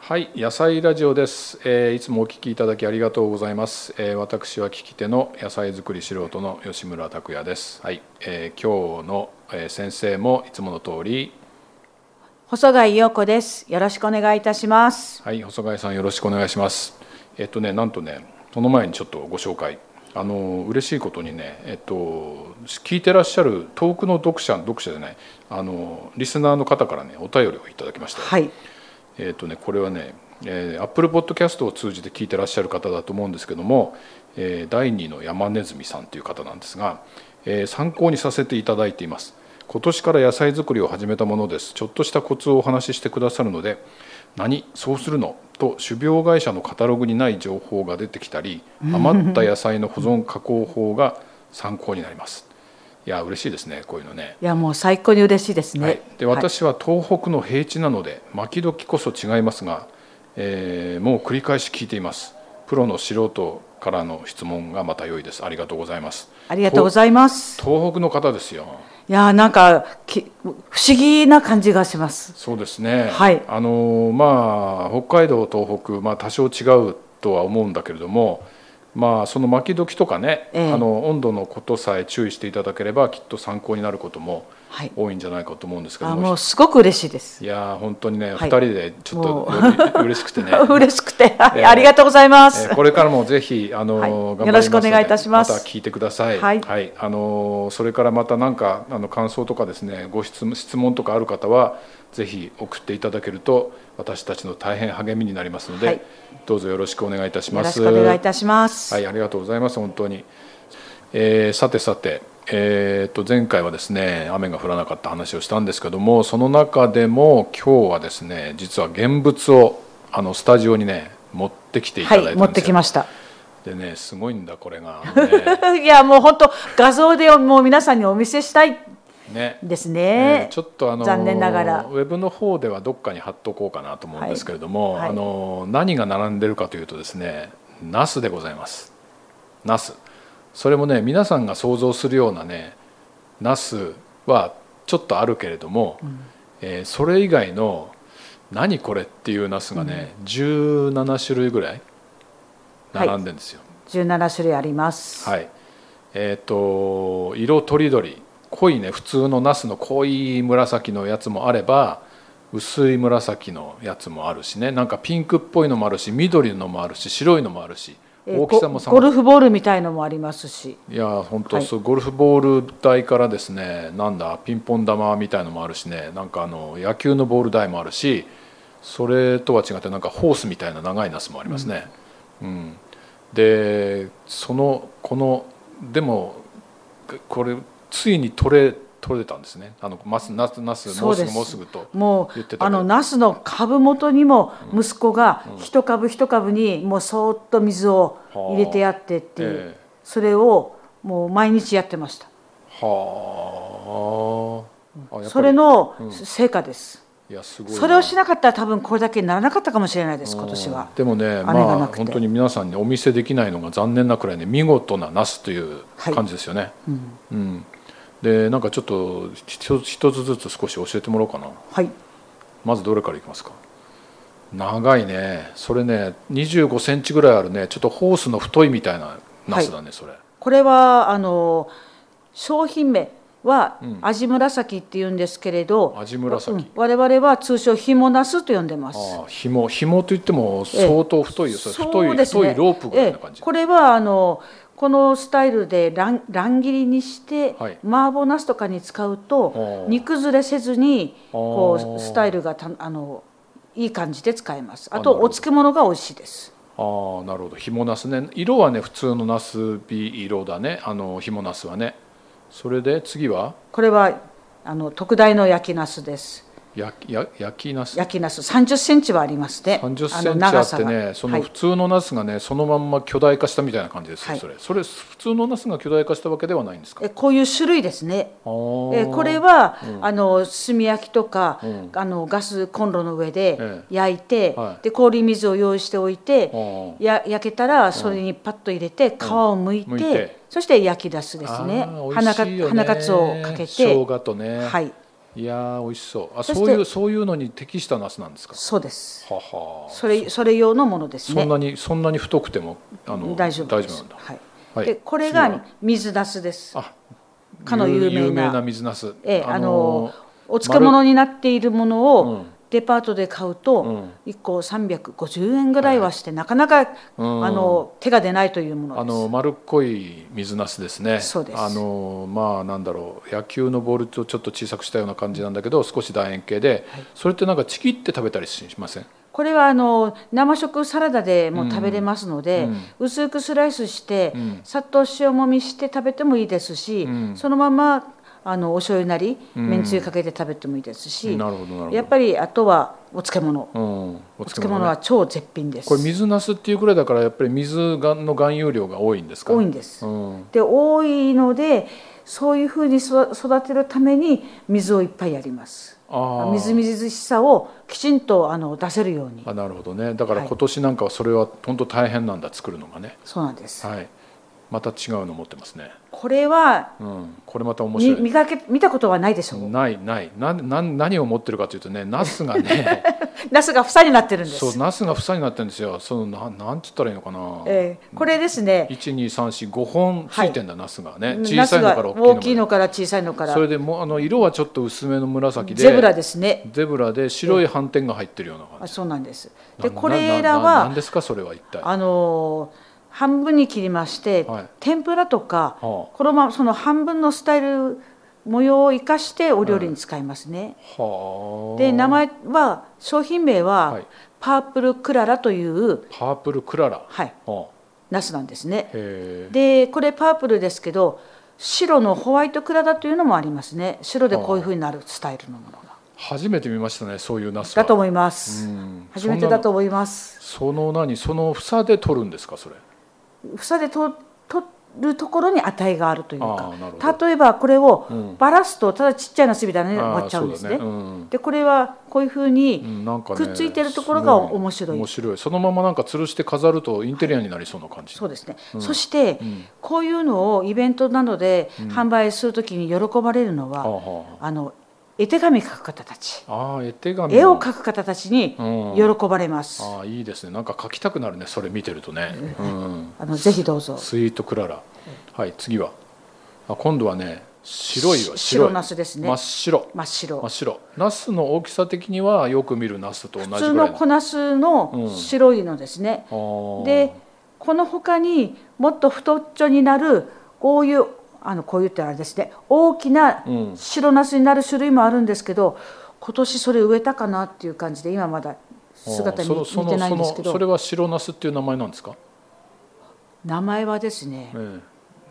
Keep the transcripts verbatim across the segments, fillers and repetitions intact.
はい、野菜ラジオです、えー、いつもお聞きいただきありがとうございます、えー、私は聞き手の野菜作り素人の吉村拓也です。はい、えー、今日の、えー、先生もいつもの通り細貝陽子です。よろしくお願いいたします。 はい、細貝さんよろしくお願いします。えっとねなんとねその前にちょっとご紹介、あの嬉しいことにねえっと聞いてらっしゃる遠くの読者読者じゃないあのリスナーの方からねお便りをいただきました。 はい。 えーとね、これはね、えー、Apple Podcast を通じて聞いてらっしゃる方だと思うんですけども、えー、だいにの山ネズミさんという方なんですが、えー、参考にさせていただいています。今年から野菜作りを始めたものです。ちょっとしたコツをお話ししてくださるので、何そうするのと種苗会社のカタログにない情報が出てきたり、余った野菜の保存加工法が参考になります。いや嬉しいですね、こういうのね。 いやもう最高に嬉しいですね。 はい、で私は東北の平地なので巻き時こそ違いますが、えー、もう繰り返し聞いています。プロの素人からの質問がまた良いです。ありがとうございます。 ありがとうございます。 東北の方ですよ。 いやなんかき不思議な感じがします。 そうですね、 はい、 あのまあ北海道東北、まあ、多少違うとは思うんだけれども、まあ、その巻き時とかね、ええ、あの温度のことさえ注意していただければきっと参考になることも多いんじゃないかと思うんですけども、 はい、あもうすごく嬉しいです。 いや本当にね、はい、ふたりでちょっと嬉しくてね嬉しくて、はい、えー、ありがとうございます、 えー、これからもぜひあの、はい、頑張りますのでよろしくお願いいたします。 また聞いてください。 はい、 はい、あのそれからまた何かあの感想とかですね、ご質問、質問とかある方はぜひ送っていただけると私たちの大変励みになりますので、はい、どうぞよろしくお願いいたします。 よろしくお願いいたします。 はい、ありがとうございます。本当に、えー、さてさて、えー、と前回はですね雨が降らなかった話をしたんですけども、その中でも今日はですね実は現物をあのスタジオにね持ってきていただいたんですよ。 はい、持ってきました。 でねすごいんだこれが、 ね、いやもう本当画像でもう皆さんにお見せしたいね、 ですね、 えー、ちょっとあの残念ながらウェブの方ではどっかに貼っとこうかなと思うんですけれども、はいはい、あの何が並んでるかというとですねナスでございます。ナス、それもね皆さんが想像するようなねナスはちょっとあるけれども、うんえー、それ以外の何これっていうナスがね、うん、じゅうななしゅるいぐらい並んでるんですよ。 はい、じゅうななしゅるいあります。 はい、えっと色とりどり濃いね普通のナスの濃い紫のやつもあれば薄い紫のやつもあるしね、なんかピンクっぽいのもあるし緑のもあるし白いのもあるし、 大きさもゴルフボールみたいのもありますし、 いや本当そう、はい、ゴルフボール台からですねなんだピンポン玉みたいのもあるしね、なんかあの野球のボール台もあるし、それとは違ってなんかホースみたいな長いナスもありますね、うんうん、でそのこのでもこれついに取れ取れたんですね。あのナスナスナスもうすぐもうすぐともうあのナスの株元にも息子が一株一株にもうそーっと水を入れてやってっていう、えー、それをもう毎日やってました。はあ、それの成果です。 いやすごい。 それをしなかったら多分これだけにならなかったかもしれないです今年は。 でもね、まあ本当に皆さんにお見せできないのが残念なくらいね見事なナスという感じですよね。はいうんうん、でなんかちょっと一つずつ少し教えてもらおうかな。はい。まずどれからいきますか。長いね。それねにじゅうごセンチぐらいあるねちょっとホースの太いみたいなナスだね、はい、それ。 これはあの商品名は味紫っていうんですけれど、 うん、味紫、うん、 我々は通称ひもナスと呼んでます。 ああ、ひも、ひもといっても相当太いよ、それ太い、太いロープぐらいな感じ。 これはあのこのスタイルで乱乱切りにして、はい、麻婆ナスとかに使うと煮崩れせずにこうスタイルがたあのいい感じで使えます。あとお漬物が美味しいです。 ああ、なるほど。ひもナスね。色はね普通のナスビ色だね。あのひもナスはね。それで次はこれはあの特大の焼きナスです。 焼, 焼, 焼きナス焼きナスさんじゅっセンチはありますね。 さんじゅっセンチあってね、その普通のナスがね、はい、そのまんま巨大化したみたいな感じですよ、はい、それそれ普通のナスが巨大化したわけではないんですか。 えこういう種類ですね。えこれは、うん、あの炭焼きとか、うん、あのガスコンロの上で焼いて、ええはい、で氷水を用意しておいて、や焼けたらそれにパッと入れて皮をむいて、うん、むいてそして焼き出すですね。花か花かつおをかけて生姜とね、 はい、 いいやー美味しそう。あ、そういうそういうのに適したナスなんですか。 そうです。 はは。 それそれ用のものですね。 そんなにそんなに太くてもあの大丈夫です。 大丈夫なんだ。 はい。 はい、 でこれが水ナスです。 あ、 かの有名な、 有名な水ナス。 ええ、あのお漬物になっているものを、うんデパートで買うといっこさんびゃくごじゅうえんぐらいはして、はい、なかなか、うん、あの手が出ないというものです。 あの丸っこい水ナスですね。 そうです。 あのまあなんだろう、野球のボールとちょっと小さくしたような感じなんだけど、少し楕円形で、はい、それってなんかちぎって食べたりしません？ これはあの生食サラダでも食べれますので、うん、薄くスライスして、うん、さっと塩もみして食べてもいいですし、うん、そのままあのお醤油なりめんつゆかけて食べてもいいですし、 なるほどなるほど。 やっぱりあとはお漬物、うん、お漬物は超絶品です。 これ水ナスっていうくらいだからやっぱり水がの含有量が多いんですか？ 多いんです、うん、で多いのでそういうふうに育てるために水をいっぱいやります。あみずみずしさをきちんとあの出せるように。 あ、なるほどね。だから今年なんかはそれは本当大変なんだ、作るのがね。 そうなんです、 はい、また違うの持ってますね。 これは、 うん、これまた面白い。 見かけ見たことはないでしょう。 ないないなな何を持ってるかというとね、ナスがねナスが房になってるんです。 そう、ナスが房になってるんですよ。そのななんて言ったらいいのかな、 えー、これですね、 いちにさんしごほんついてんだ、はい、ナスがね、 小さいのから大きいのまで、大きいのから小さいのから。 それでもあの色はちょっと薄めの紫でゼブラですね。 ゼブラで白い斑点が入ってるような感じ。 あ、そうなんです。でこれらは何ですかそれは一体。 あのー半分に切りまして、はい、天ぷらとか、はあ、このままその半分のスタイル模様を生かしてお料理に使いますね。はあ、で名前は商品名は、はい、パープルクララというパープルクララ、 はい、はあ、ナスなんですね。 へでこれパープルですけど白のホワイトクララというのもありますね。白でこういうふうになるスタイルのものが。 初めて見ましたね、そういうナスは。 だと思います。うん、初めてだと思います。 その何その房で取るんですかそれ。 房で取るところに値があるというか、例えばこれをばらすとただちっちゃいナスみたいなのに終わっちゃうんですね。うん、でこれはこういうふうにくっついてるところが面白い。 面白い。そのままなんか吊るして飾るとインテリアになりそうな感じ。 そうですね。うん、そして、うん、こういうのをイベントなどで販売するときに喜ばれるのは、うん、あの絵手紙描く方たち、 あ、絵手紙、 絵を描く方たちに喜ばれます。 うん、あ、いいですね。なんか描きたくなるね、それ見てるとね。うん、 あのぜひどうぞ。 スイートクララ。はい、次は。あ、今度はね、白いわ。 白ナスですね。 真っ白。 真っ白。 真っ白。ナスの大きさ的にはよく見るナスと同じぐらい。 普通の小ナスの白いのですね。うん、で、この他にもっと太っちょになるこういうあのこう言ったらですね、大きな白ナスになる種類もあるんですけど、今年それ植えたかなっていう感じで今まだ姿に見てないんですけど。 それは白ナスっていう名前なんですか？ 名前はですね、ええ、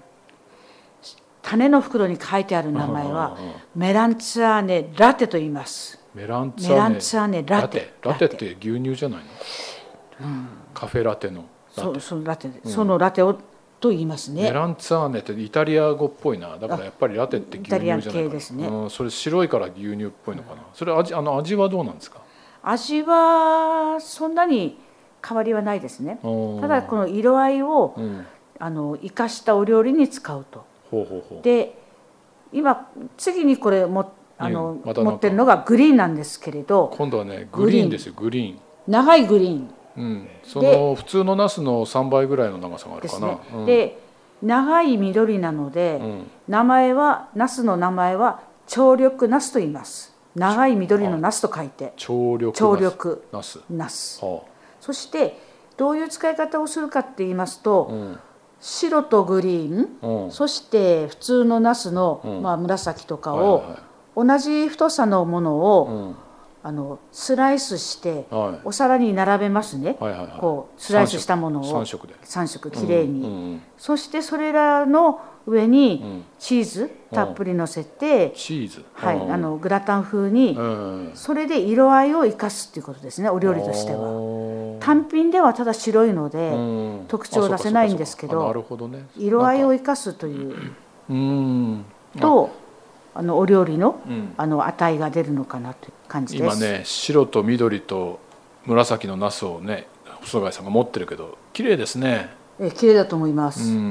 種の袋に書いてある名前はメランツァーネラテと言います。 メランツァーネラテ。ラテって牛乳じゃないの？うん、カフェラテのラテ。そ, そのラテ、うん、そのラテをと言いますね。メランツァーネってイタリア語っぽいな。だからやっぱりラテって牛乳じゃないかな。イタリア系ですね。うん、それ白いから牛乳っぽいのかな。それ味あの味はどうなんですか？ 味はそんなに変わりはないですね。ただこの色合いを、うん、あの生かしたお料理に使うと。 ほうほうほう。 で今次にこれもあの、うん、ま、持ってるのがグリーンなんですけれど。 今度はねグリーンですよ。グリーン。 長いグリーン。 うん、その普通のナスのさんばいぐらいの長さがあるかな。 ですね。うん、で長い緑なので、うん、名前はナスの名前は常緑ナスと言います。長い緑のナスと書いて常緑ナス。 ナス。はあ、そしてどういう使い方をするかって言いますと、うん、白とグリーン、うん、そして普通のナスの、うん、まあ、紫とかを、はいはい、同じ太さのものを、うん、あのスライスして、はい、お皿に並べますね、はいはいはい、こうスライスしたものをさん色でさん色きれいに、うんうんうん、そしてそれらの上にチーズたっぷりのせて、 うん、チーズ、 はい、あのグラタン風に、うん、それで色合いを生かすっていうことですね、お料理としては。単品ではただ白いので、うん、特徴を出せないんですけど、 なるほどね、 色合いを生かすという、うん、とあのお料理の、うん、あの値が出るのかなという感じです。 今ね、白と緑と紫のナスをね細貝さんが持ってるけど綺麗ですね。 え綺麗だと思います。 うん、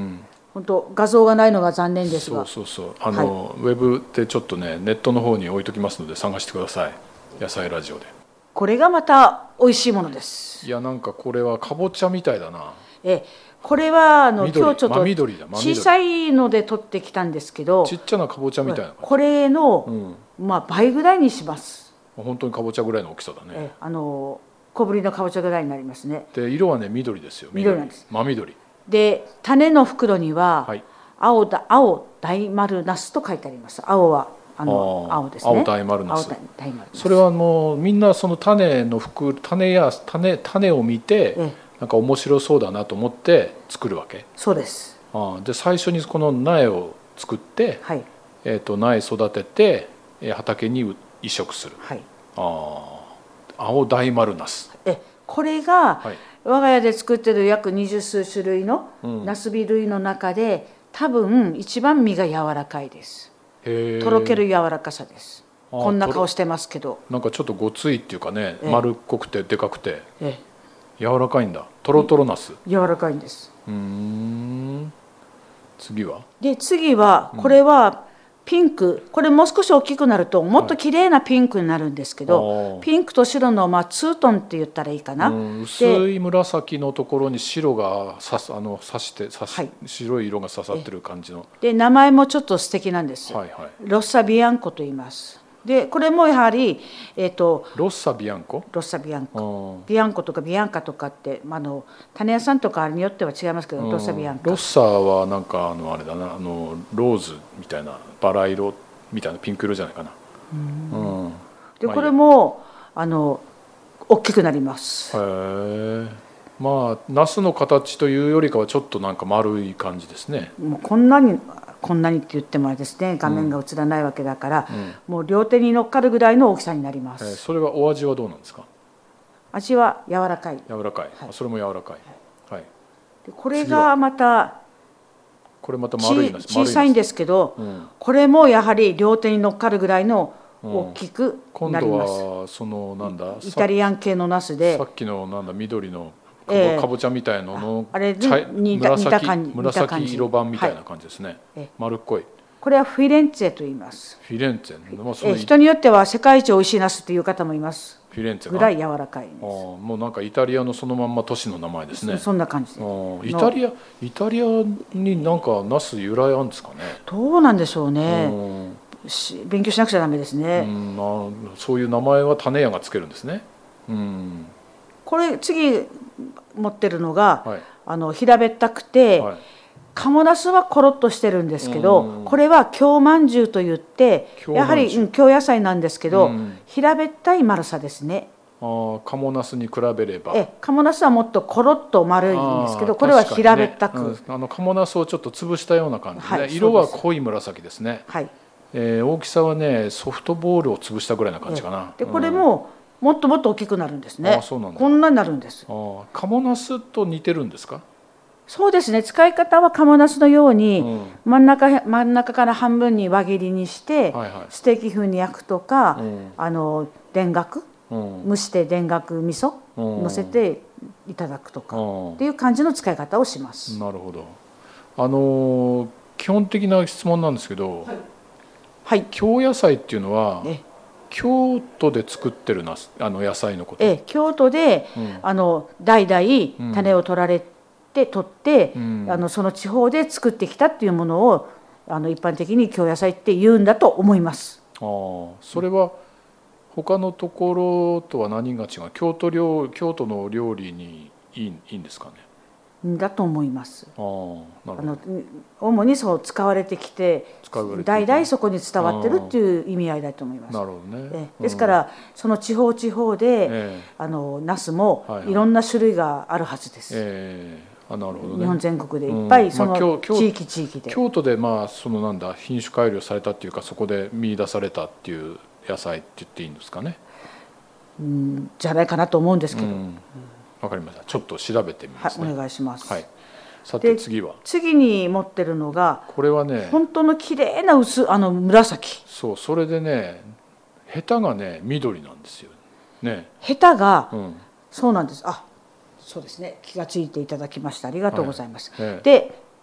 本当画像がないのが残念ですが、 そうそうそうあの、はい、ウェブでちょっとねネットの方に置いときますので探してください。野菜ラジオで。 これがまた美味しいものです。 いやなんかこれはかぼちゃみたいだな。 えこれはあの今日ちょっと小さいので取ってきたんですけど、 ちっちゃなかぼちゃみたいなこれの、うん、まあ倍ぐらいにします。 本当にかぼちゃぐらいの大きさだね。 えあの小ぶりのかぼちゃぐらいになりますね。 で色はね緑ですよ。 緑なんです。 真緑で種の袋には、はい、青だ青大丸ナスと書いてあります。青はあの青ですね。 青大丸ナス。それはもうみんなその種の袋種や種種を見て、えなんか面白そうだなと思って作るわけ。 そうです。 あで最初にこの苗を作って、はい、えー、と苗育てて畑に移植する。はい、あ青大丸ナス。 えこれが、はい、我が家で作ってる約二十数種類のナスビ類の中で、多分一番実が柔らかいです。とろける柔らかさです。こんな顔してますけど、 なんかちょっとごついっていうかね、丸っこくてでかくて柔らかいんだ。とろとろナス。 柔らかいんです。 うーん次はで次はこれはピンク、これもう少し大きくなるともっと綺麗なピンクになるんですけど、はい、ピンクと白の、まあ、ツートンって言ったらいいかな、うん、 薄い紫のところに白がさすあの刺して刺し、はい、白い色が刺さってる感じの。 で名前もちょっと素敵なんです、はいはい、ロッサビアンコと言います。でこれもやはり、えー、とロッサビアンコロッサビアンコビアンコとかビアンカとかって、まあ、の種屋さんとかによっては違いますけど、ロッサビアンカ。 ロッサはなんかあのあれだな、あのローズみたいなバラ色みたいなピンク色じゃないかな。うん、 うん、でこれもあの大きくなります。 へえ。まあナスの形というよりかはちょっとなんか丸い感じですね。 もうこんなにこんなにって言ってもあれですね、画面が映らないわけだから、うん、もう両手に乗っかるぐらいの大きさになります。えー、 それはお味はどうなんですか？ 味は柔らかい。 柔らかい。はい、それも柔らかい。はい。 でこれがまたこれまた丸いな小さいんですけど、うん、これもやはり両手に乗っかるぐらいの大きくなります。 うん、今度はそのなんだイタリアン系のナスで、 さっきのなんだ緑のかぼちゃみたいののあれ似た感じ、 紫色版みたいな感じですね。はい、丸っこい。 これはフィレンツェと言います。 フィレンツェ、 まあ、その人によっては世界一おいしいナスという方もいます。 フィレンツェぐらい柔らかいんです。 あもうなんかイタリアのそのまんま都市の名前ですね。 そんな感じです。 イタリアイタリアになんかナス由来あるんですかね。 どうなんでしょうね。勉強しなくちゃダメですね。 うんまあ、そういう名前は種屋がつけるんですね。うんこれ次持ってるのが、はい、あの平べったくて、はい、鴨ナスはコロッとしてるんですけど、これは京まんじゅうといってやはり、うん、京野菜なんですけど、平べったい丸さですね。 あ鴨ナスに比べればえ鴨ナスはもっとコロッと丸いんですけど、これは平べったく、 ねうん、あの鴨ナスをちょっと潰したような感じで、ねはい、色は濃い紫ですね。はい、えー、大きさはねソフトボールを潰したぐらいな感じかな。 でこれも、うん、もっともっと大きくなるんですね。あそうなんだ。こんなになるんです。 あ鴨ナスと似てるんですか？ そうですね。使い方は鴨ナスのように、うん、真ん中真ん中から半分に輪切りにして、はいはい、ステーキ風に焼くとか、うん、あの田楽、うん、蒸して田楽味噌乗せていただくとか、うん、っていう感じの使い方をします。 なるほど。あの基本的な質問なんですけど、はいはい、京野菜っていうのは京都で作ってるなあの野菜のこと。 え京都で、うん、あの代々種を取られて取って、うん、あのその地方で作ってきたっていうものをあの一般的に京野菜って言うんだと思います。 あそれは他のところとは何が違う？京都料京都の料理にいい、いいんですかね？ だと思います。ああの主にそう使われてきて代々そこに伝わってるっていう意味合いだと思います。 なるほどね。 ですから、うん、その地方地方で、ええ、あのナスもいろんな種類があるはずです。ええ、あなるほどね。日本全国でいっぱい、うん、その地域地域で京都でまあそのなんだ品種改良されたっていうかそこで見出されたっていう野菜って言っていいんですかね？ うんじゃないかなと思うんですけど。うんわかりました。ちょっと調べてみますね。 はい、お願いします。 はい。さて次は。 次に持ってるのがこれはね、 本当の綺麗な薄あの紫。 そう、それでね、ヘタがね緑なんですよ。ね。 ヘタが、うん、そうなんです。あ、そうですね。気がついていただきました。ありがとうございます。はい、で、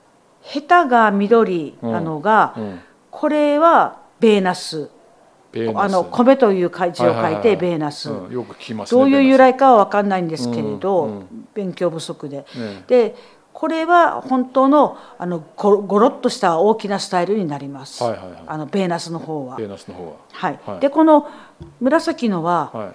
ヘタが緑なのが、うんうん、これはベーナス。あの米という漢字を書いてベーナス、 うん、よく聞きますね。 どういう由来かは分かんないんですけれど、うんうん、勉強不足で、ね、でこれは本当のあのゴゴロッとした大きなスタイルになります、はいはいはい、あのベーナスの方は。 ベーナスの方は、 はいはい、でこの紫のは、 はい、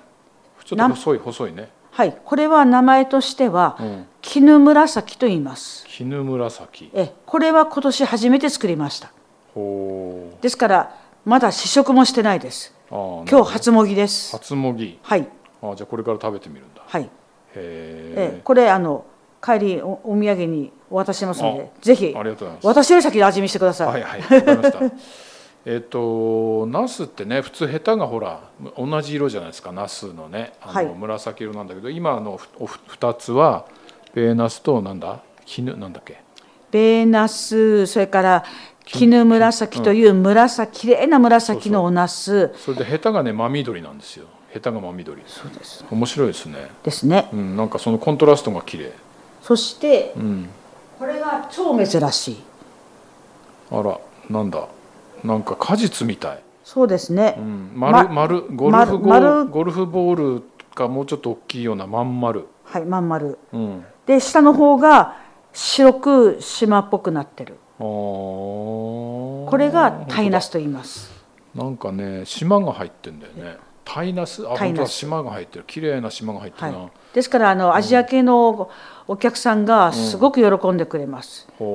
ちょっと細い細いね。 はい、これは名前としては、うん、絹紫と言います。 絹紫。 えこれは今年初めて作りました。ほうですからまだ試食もしてないです。今日初もぎです。 初もぎ。 はい。 あじゃあこれから食べてみるんだ。 はい。へえ。 これあの帰り お, お土産にお渡ししますので、ぜひ。 ありがとうございます。 私より先に味見してください。 はいはい。わかりました。えっとナスってね普通ヘタがほら同じ色じゃないですか。ナスのねあの、はい、紫色なんだけど今のふたつはベーナスとなんだ絹なんだっけ。 ベーナスそれから絹紫という紫、きれいな紫のおナス。 それでヘタがね真緑なんですよ。ヘタが真緑。 そうです。 面白いですね。 ですね。 うん、なんかそのコントラストが綺麗。 そして、 うん、 これが超珍しい。 あら、なんだ。なんか果実みたい。 そうですね。 うん、丸、ま、丸ゴルフボールゴルフボールがもうちょっと大きいようなまん丸。 はい、まん丸。 うん、 で下の方が白く縞っぽくなってる。 これがタイナスと言います。 なんかね島が入ってんだよね。タイナス、あ本当は島が入ってる。綺麗な島が入ってるな。はい、 ですからあのアジア系のお客さんがすごく喜んでくれます。うん、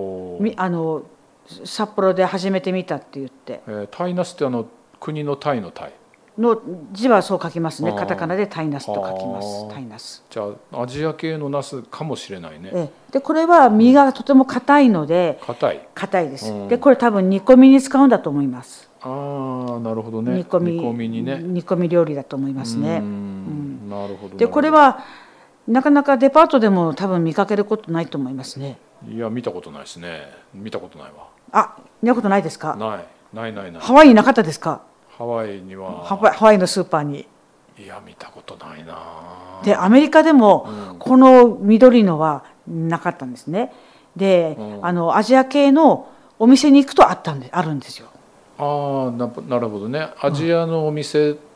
あの札幌で初めて見たって言って。 えー、タイナスってあの国のタイのタイの字はそう書きますね。カタカナでタイナスと書きます。タイナス。 じゃあアジア系のナスかもしれないね。 えでこれは身がとても硬いので。 硬い。 硬いです。うん、でこれ多分煮込みに使うんだと思います。 ああなるほどね。 煮込み煮込みにね。 煮込み料理だと思いますね。うんうんなるほど。 でこれはなかなかデパートでも多分見かけることないと思いますね。 いや見たことないですね。見たことないわ。 あ見たことないですか。 ないないないない。 ハワイになかったですか。 ハワイにはハワイのスーパーに。 いや見たことないな。 でアメリカでもこの緑のはなかったんですね。で、うん、あのアジア系のお店に行くとあったんであるんですよ。 ああ な, なるほどね。アジアのお店って、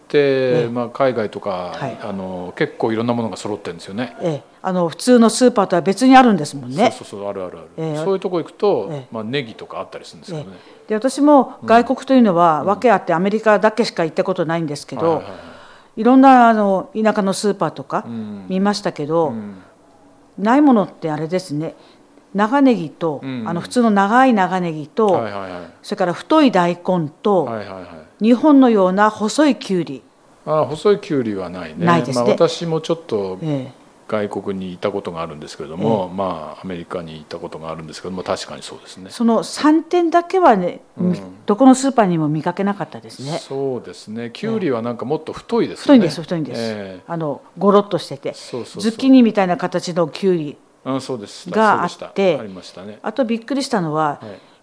うんまあ、海外とか、はい、あの結構いろんなものが揃ってるんですよね。 ええ、あの普通のスーパーとは別にあるんですもんね。 そうそうそうあるあるある、ええ、そういうとこ行くと、ええまあ、ネギとかあったりするんですけどね。ええ、で私も外国というのは、うん、訳あってアメリカだけしか行ったことないんですけど、はいはいはい、いろんなあの田舎のスーパーとか見ましたけど、うん、ないものってあれですね。長ネギと、うん、あの普通の長い長ネギと、はいはいはい、それから太い大根と、はいはいはい、日本のような細いきゅうり。 あ細いきゅうりはないね。ないですね。まあ、私もちょっと外国にいたことがあるんですけれども、ええ、まあアメリカに行ったことがあるんですけども確かにそうですね。 そのさんてんだけはね、うん、どこのスーパーにも見かけなかったですね。 そうですね。きゅうりはなんかもっと太いですよね。太いんです太いんです、えー、あのゴロッとしててそうそうそうズッキーニみたいな形のきゅうりがあって、あとびっくりしたのは、はい、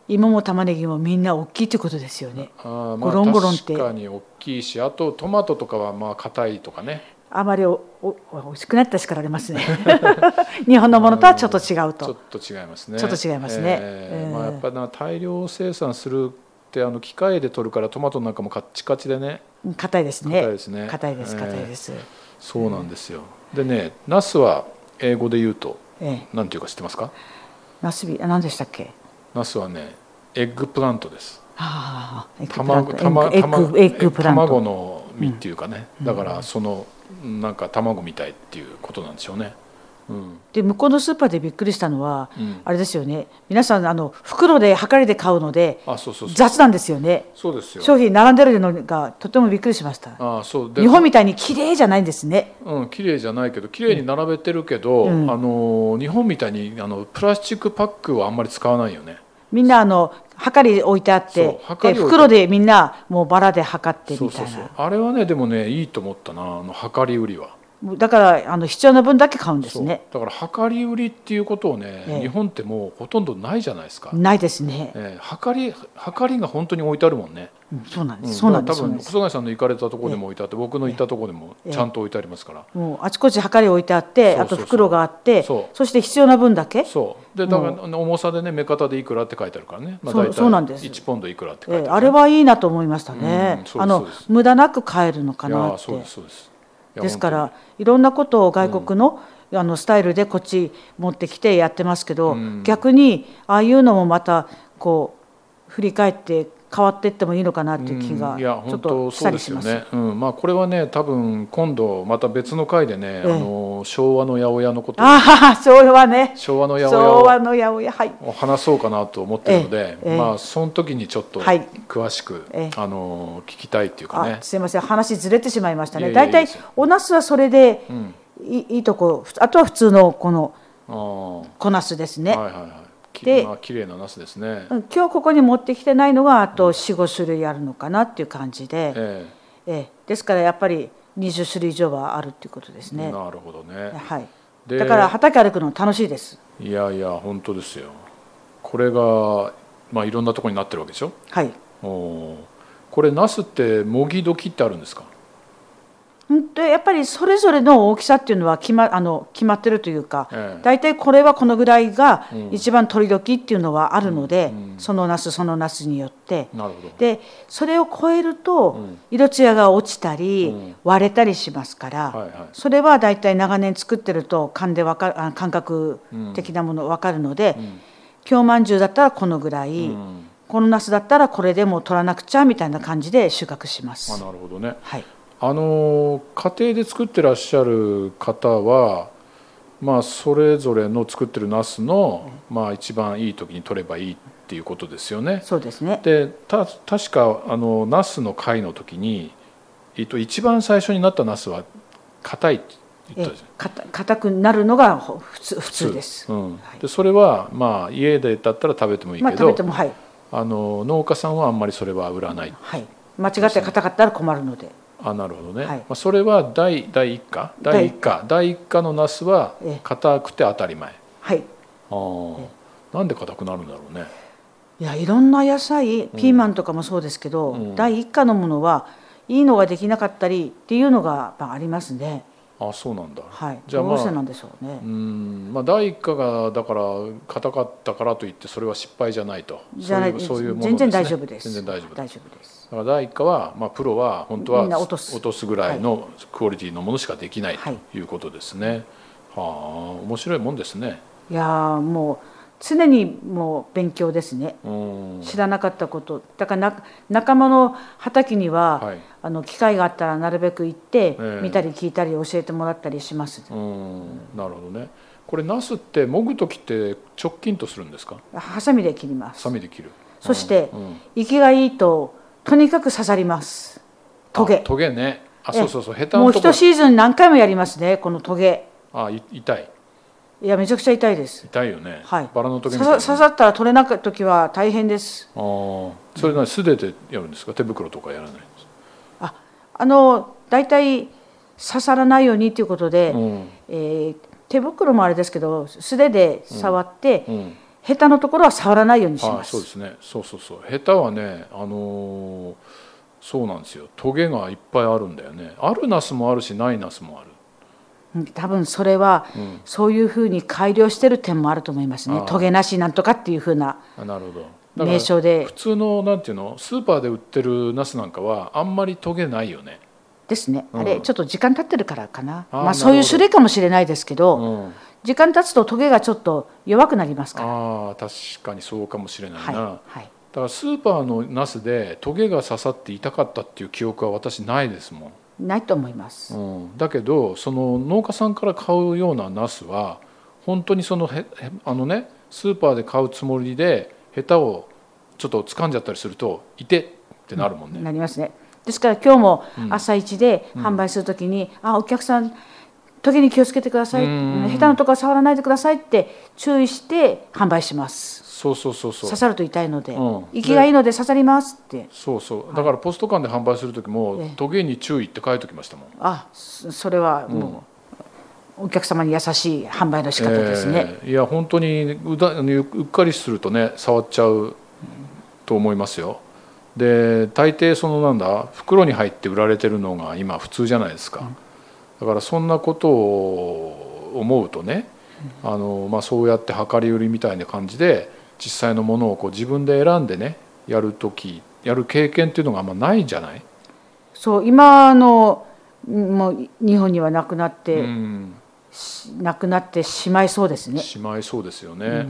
芋も玉ねぎもみんな大きいということですよね。 あ、まあ、ゴロンゴロンって確かに大きいし、あとトマトとかはまあ硬いとかね。 あまりおお美味しくなった叱られますね。日本のものとはちょっと違うと。 ちょっと違いますね。 ちょっと違いますね。 えーえーまあ、やっぱな大量生産するってあの機械で取るからトマトなんかもカッチカチでね。 硬いですね。 硬いですね。 硬いです硬いです。えー、 そうなんですよ。でね、ナスは英語で言うと。ええ、なんていうか知ってますか？ ナスビ何でしたっけ？ ナスはね、エッグプラントです。 ああ、 卵卵の実っていうかね、うん、だからそのなんか卵みたいっていうことなんでしょうね。うん、 で向こうのスーパーでびっくりしたのは、うん、あれですよね。皆さんあの袋で量りで買うのであそうそうそう雑なんですよね。 そうですよ。 商品並んでるのがとてもびっくりしました。 あそうで日本みたいに綺麗じゃないんですね。 うん綺麗じゃないけど綺麗に並べてるけど、うん、あの日本みたいにあのプラスチックパックをあんまり使わないよね。 みんなあの量り置いてあってで袋でみんなもうバラで量ってみたいな。そうそうそうあれはねでもねいいと思ったなあの量り売りは。 だからあの必要な分だけ買うんですね。 だから量り売りっていうことをね、ええ、日本ってもうほとんどないじゃないですか。 ないですね。 ええ、量り量りが本当に置いてあるもんね。 うん、そうなんです。そうなんです。 多分細貝さんの行かれたところでも置いてあって、ええ、僕の行ったところでもちゃんと置いてありますから。 ええ、もうあちこち量り置いてあって、そうそうそう、あと袋があって、そ, そして必要な分だけ。 そうでだから重さでね、目方でいくらって書いてあるからね。まあ、 そうそうなんです。 いちポンドいくらって書いてある、ね、 ええ、あれはいいなと思いましたね。うん、あの無駄なく買えるのかなって。 そうですそうです。 ですからいろんなことを外国の、うん、あのスタイルでこっち持ってきてやってますけど、うん、逆にああいうのもまたこう振り返って変わっていってもいいのかなっていう気がちょっとしたりします。 うん、いや本当そうですよね。うん、まあこれはね多分今度また別の回でね、ええ、あの昭和の八百屋のことを、 ああ昭和ね昭和の八百屋を話そうかなと思ってるので、ええ、まあその時にちょっと詳しく、はい、あの聞きたいっていうかね。 すいません話ずれてしまいましたね。だいたいおナスはそれでいい、うん、いいとこ、あとは普通のこの小ナスですね。はいはいはい、 で、まあ綺麗なナスですね。 今日ここに持ってきてないのがあと よん,ご 種類あるのかなっていう感じで、ええええ、ですからやっぱりにじゅっ種類以上はあるっていうことですね。 なるほどね。 はい。だから畑歩くの楽しいです。 いやいや本当ですよ。これがまあいろんなところになってるわけでしょ。 はい。 おこれナスってもぎ時ってあるんですか。 でやっぱりそれぞれの大きさっていうのは決ま、あの決まってるというか、だいたいこれはこのぐらいが一番取り時っていうのはあるので、うんうん、そのナスそのナスによって、 なるほど。 でそれを超えると色艶が落ちたり、うん、割れたりしますから、はいはい、それはだいたい長年作ってると勘でわかる、感覚的なもの分かるので、うん、京まんじゅうだったらこのぐらい、うん、このナスだったらこれでも取らなくちゃみたいな感じで収穫します。 あ、なるほどね。 はい。 あの家庭で作ってらっしゃる方は、まあ、それぞれの作ってるナスの、まあ、一番いい時に取ればいいっていうことですよね。 そうですね。 でた確かあのナスの回の時に、えっと、一番最初になったナスは硬いって言ったじゃん。 硬くなるのが普通、普通です。 うん、はい、でそれは、まあ、家でだったら食べてもいいけど、まあ、食べても、 はい、 あの農家さんはあんまりそれは売らない、 はい、間違って硬かったら困るので。 あ、なるほどね。はい、まあ、それは第第一課第一課第一課のナスは硬くて当たり前。 はい。 ああ、なんで硬くなるんだろうね。 いや、いろんな野菜、ピーマンとかもそうですけど、うん、第一課のものはいいのができなかったりっていうのがありますね。 あ、そうなんだ。 はい。じゃあ、まあ、どうしてなんでしょうね。 うん、まあ第一課がだから硬かったからといってそれは失敗じゃないと。 じゃないです。そういうものですね。全然大丈夫です。 全然大丈夫。 大丈夫です。 だから第一課は、まあ、プロは本当は落とす、落とすぐらいのクオリティのものしかできない、はい、ということですね。はあ、面白いもんですね。 いやもう常にもう勉強ですね。知らなかったことだからな仲間の畑には、はい、あの機会があったらなるべく行って、えー、見たり聞いたり教えてもらったりします。 うん、なるほどね。これナスってもぐ時って直近とするんですか。 ハサミで切ります。 ハサミで切る。 そして、うん、生きがいいととにかく刺さります。トゲ。 トゲね。あ、そうそうそう。ヘタのとこ。もう一シーズン何回もやりますね。このトゲ。 あ、痛い。 いや、めちゃくちゃ痛いです。 痛いよね。 はい。 バラのトゲみたいな。 刺さったら取れなかった時は大変です。 ああ。それなに素手でやるんですか。手袋とかやらないんですか。 あ、あのだいたい刺さらないようにということで、うん、えー、手袋もあれですけど素手で触って。うんうん、ヘタのところは触らないようにします。 あ、そうですね。そうそうそう。ヘタはね、あのー、そうなんですよ。トゲがいっぱいあるんだよね。あるナスもあるし、ないナスもある。 多分それは、うん、そういうふうに改良してる点もあると思いますね。トゲなしなんとかっていうふうな名称で。 普通のなんていうの、スーパーで売ってるナスなんかはあんまりトゲないよね。 ですね。うん、あれちょっと時間経ってるからかな。まあそういう種類かもしれないですけど。うん、時間経つとトゲがちょっと弱くなりますから。 ああ、確かにそうかもしれないな。はいはい、だからスーパーのナスでトゲが刺さって痛かったっていう記憶は私ないですもん。 ないと思います。 うん、だけどその農家さんから買うようなナスは本当にそのへあのねスーパーで買うつもりでヘタをちょっと掴んじゃったりすると「いて」ってなるもんね。 うん、なりますね。ですから今日も朝一で販売するときに「うん、あお客さんトゲに気をつけてください」「ヘタのところは触らないでください」って注意して販売します。 そうそうそうそう刺さると痛いので、 うん、 息がいいので刺さりますって。 そうそうだからポスト間で販売する時も、はい、トゲに注意って書いておきましたもん。 あ、それはもう、うん、お客様に優しい販売の仕方ですね、 えー、いや本当に う, だうっかりするとね触っちゃうと思いますよ。で大抵そのなんだ袋に入って売られてるのが今普通じゃないですか、うん、だからそんなことを思うとね、うん、あのまあ、そうやって量り売りみたいな感じで実際のものをこう自分で選んでねやる時やる経験っていうのがあんまないんじゃない？ そう今のもう日本にはなくなって、うん、なくなってしまいそうですね。 しまいそうですよね、うんうん、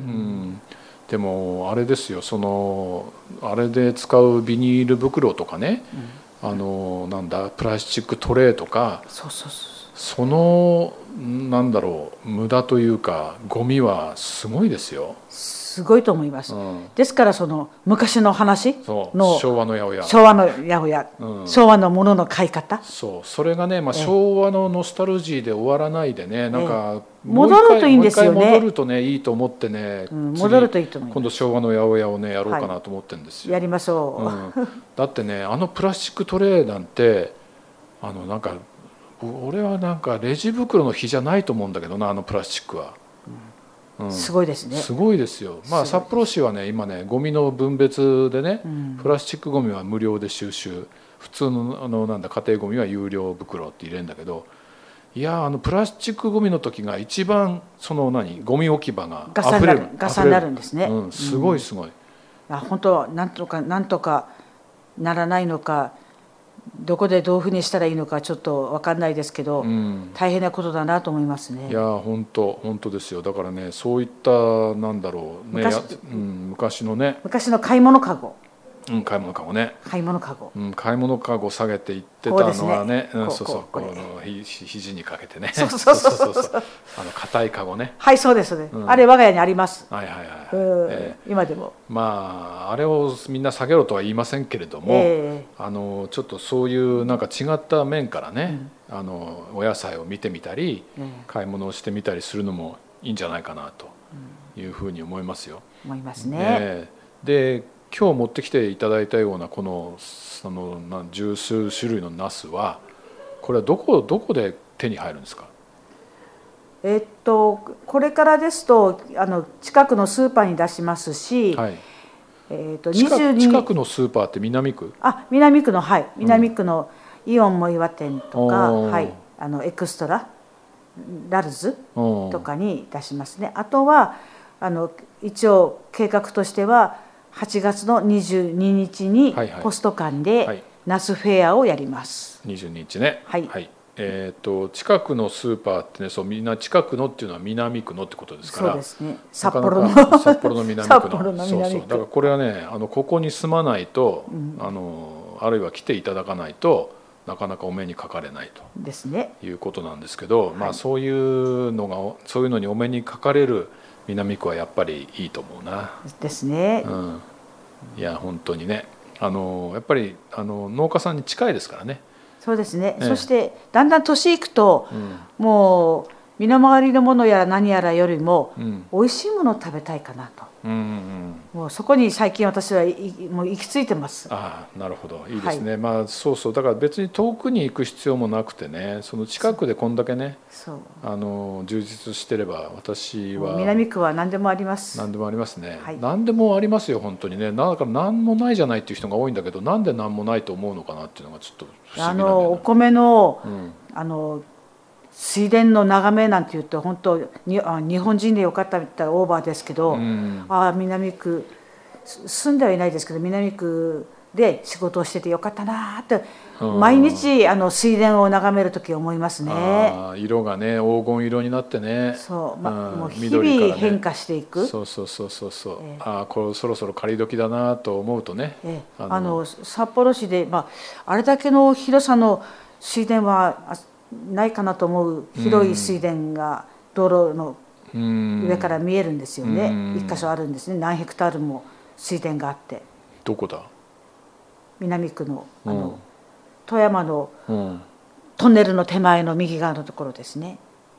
でもあれですよそのあれで使うビニール袋とかね、うん、あのなんだプラスチックトレーとかそうそうそうそのなんだろう無駄というかゴミはすごいですよ。 すごいと思います、うん、ですからその昔の話の昭和の八百屋昭和の八百屋、うん、昭和のものの買い方そうそれがね、まあ、昭和のノスタルジーで終わらないでね、ええ、なんか戻るといいんですよね。 もう一回戻るとねいいと思ってね、 うん、戻るといいと思います。 今度昭和の八百屋をねやろうかなと思ってるんですよ、 はい、やりましょう、うん、だってねあのプラスチックトレーなんてあのなんか俺はなんかレジ袋の比じゃないと思うんだけどなあのプラスチックは、 うん、すごいですね。 すごいですよ。まあ札幌市はね今ねゴミの分別でね、うん、プラスチックゴミは無料で収集、普通のあのなんだ家庭ゴミは有料袋って入れるんだけど、いやあのプラスチックゴミの時が一番その何ゴミ置き場が溢れるガサになるんですね、 うん、すごいすごい、 うん、本当なんとかなんとかならないのかどこでどういうふうにしたらいいのかちょっと分かんないですけど、うん、大変なことだなと思いますね。 いや本当本当ですよ。だからねそういったなんだろうね昔、うん、昔のね昔の買い物かご、 うん、買い物かごね買い物かご、 うん、買い物かご下げていってたのはね、うん、そうそうこのひ肘にかけてねそうそうそうそうあの硬いかごね、 はいそうですね、うん、あれ我が家にあります。 はいはいはい、 えー、今でもまああれをみんな下げろとは言いませんけれども、えー、あのちょっとそういうなんか違った面からね、うん、あのお野菜を見てみたり、うん、買い物をしてみたりするのもいいんじゃないかなというふうに思いますよ。 思いますね、 えー、で今日持ってきていただいたようなこのその十数種類のナスはこれはどこどこで手に入るんですか？ えっとこれからですとあの近くのスーパーに出しますし、はい、えっと近, 近くのスーパーって南区？ あ南区のはい南区のイオンモイワ店とか、うん、はいあのエクストララルズとかに出しますね。あとはあの一応計画としてははちがつのにじゅうににちにポスト館でナスフェアをやります。 にじゅうににちね。 はい。はい、 えっ、ー、と近くのスーパーってね、そうみんな近くのっていうのは南区のってことですから。 そうですね。札幌の札幌の南区の。のそうそう。だからこれはね、あのここに住まないと、うん、あのあるいは来ていただかないとなかなかお目にかかれないとですね。 いうことなんですけど、はい、まあそういうのがそういうのにお目にかかれる南区はやっぱりいいと思うな。 ですね。 うん。いや本当にね、あのやっぱりあの農家さんに近いですからね。 そうですね、ええ、そしてだんだん年いくと、うん、もう身の回りのものやら何やらよりも、うん、美味しいものを食べたいかなと、うんうんうん、もうそこに最近私はもう行き着いてます。 ああなるほどいいですね、はい、まあそうそうだから別に遠くに行く必要もなくてね、その近くでこんだけねそうあの充実してれば私は南区は何でもあります。 何でもありますね、はい、何でもありますよ本当にね。だから何もないじゃないっていう人が多いんだけど、なんで何もないと思うのかなっていうのがちょっと不思議なんだよな。 あのお米の、うん、あの水田の眺めなんていうと本当にあ日本人でよかったみたいなオーバーですけど、うん、あ南区住んではいないですけど南区で仕事をしててよかったなって、うん、毎日あの水田を眺めるとき思いますね。 あ色がね黄金色になってね、 そう、まうん、もう日々変化していく、ね、 そうそうそうそうそう、えー、あこれそろそろ刈り時だなと思うとね、 えー、あのあの札幌市で、まあ、あれだけの広さの水田はないかなと思う広い水田が道路の上から見えるんですよね。一箇所あるんですね。何ヘクタールも水田があって。 どこだ？ 南区のあの、うん、富山のトンネルの手前の右側のところですね。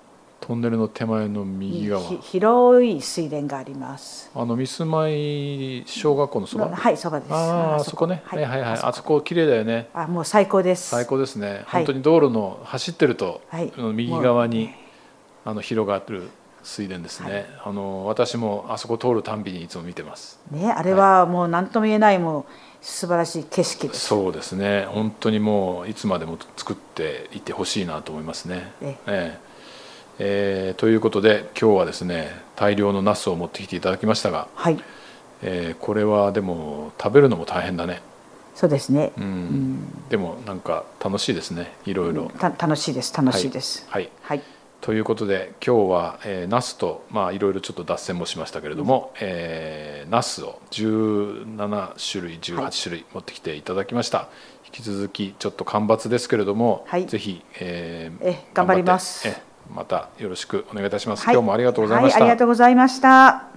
トンネルの手前の右側、 広い水田があります。 あの三住前小学校のそば、 はい、そばです。 ああ、そこね、はいはいはい、あそこ綺麗だよね。 あ、もう最高です。 最高ですね。本当に道路の走ってると、はい、右側にあの広がってる水田ですね。はい、あの私もあそこ通るたんびにいつも見てます。 ね、あれはもう何とも言えない、もう素晴らしい景色です。 そうですね。本当にもういつまでも作っていってほしいなと思いますね。えええー、ということで今日はですね、大量のナスを持ってきていただきましたが、はい、えー、これはでも食べるのも大変だね。 そうですね、 うんうん、でもなんか楽しいですね、いろいろ、うん、 た楽しいです楽しいです。 はい、はい、ということで今日は、えー、ナスとまあいろいろちょっと脱線もしましたけれども、うん、えー、ナスをじゅうななしゅるいじゅうはちしゅるい持ってきていただきました。はい、引き続きちょっと干ばつですけれども、はい、ぜひ、えー、 え頑張ります。 えまたよろしくお願いいたします。はい、今日もありがとうございました。 はい、ありがとうございました。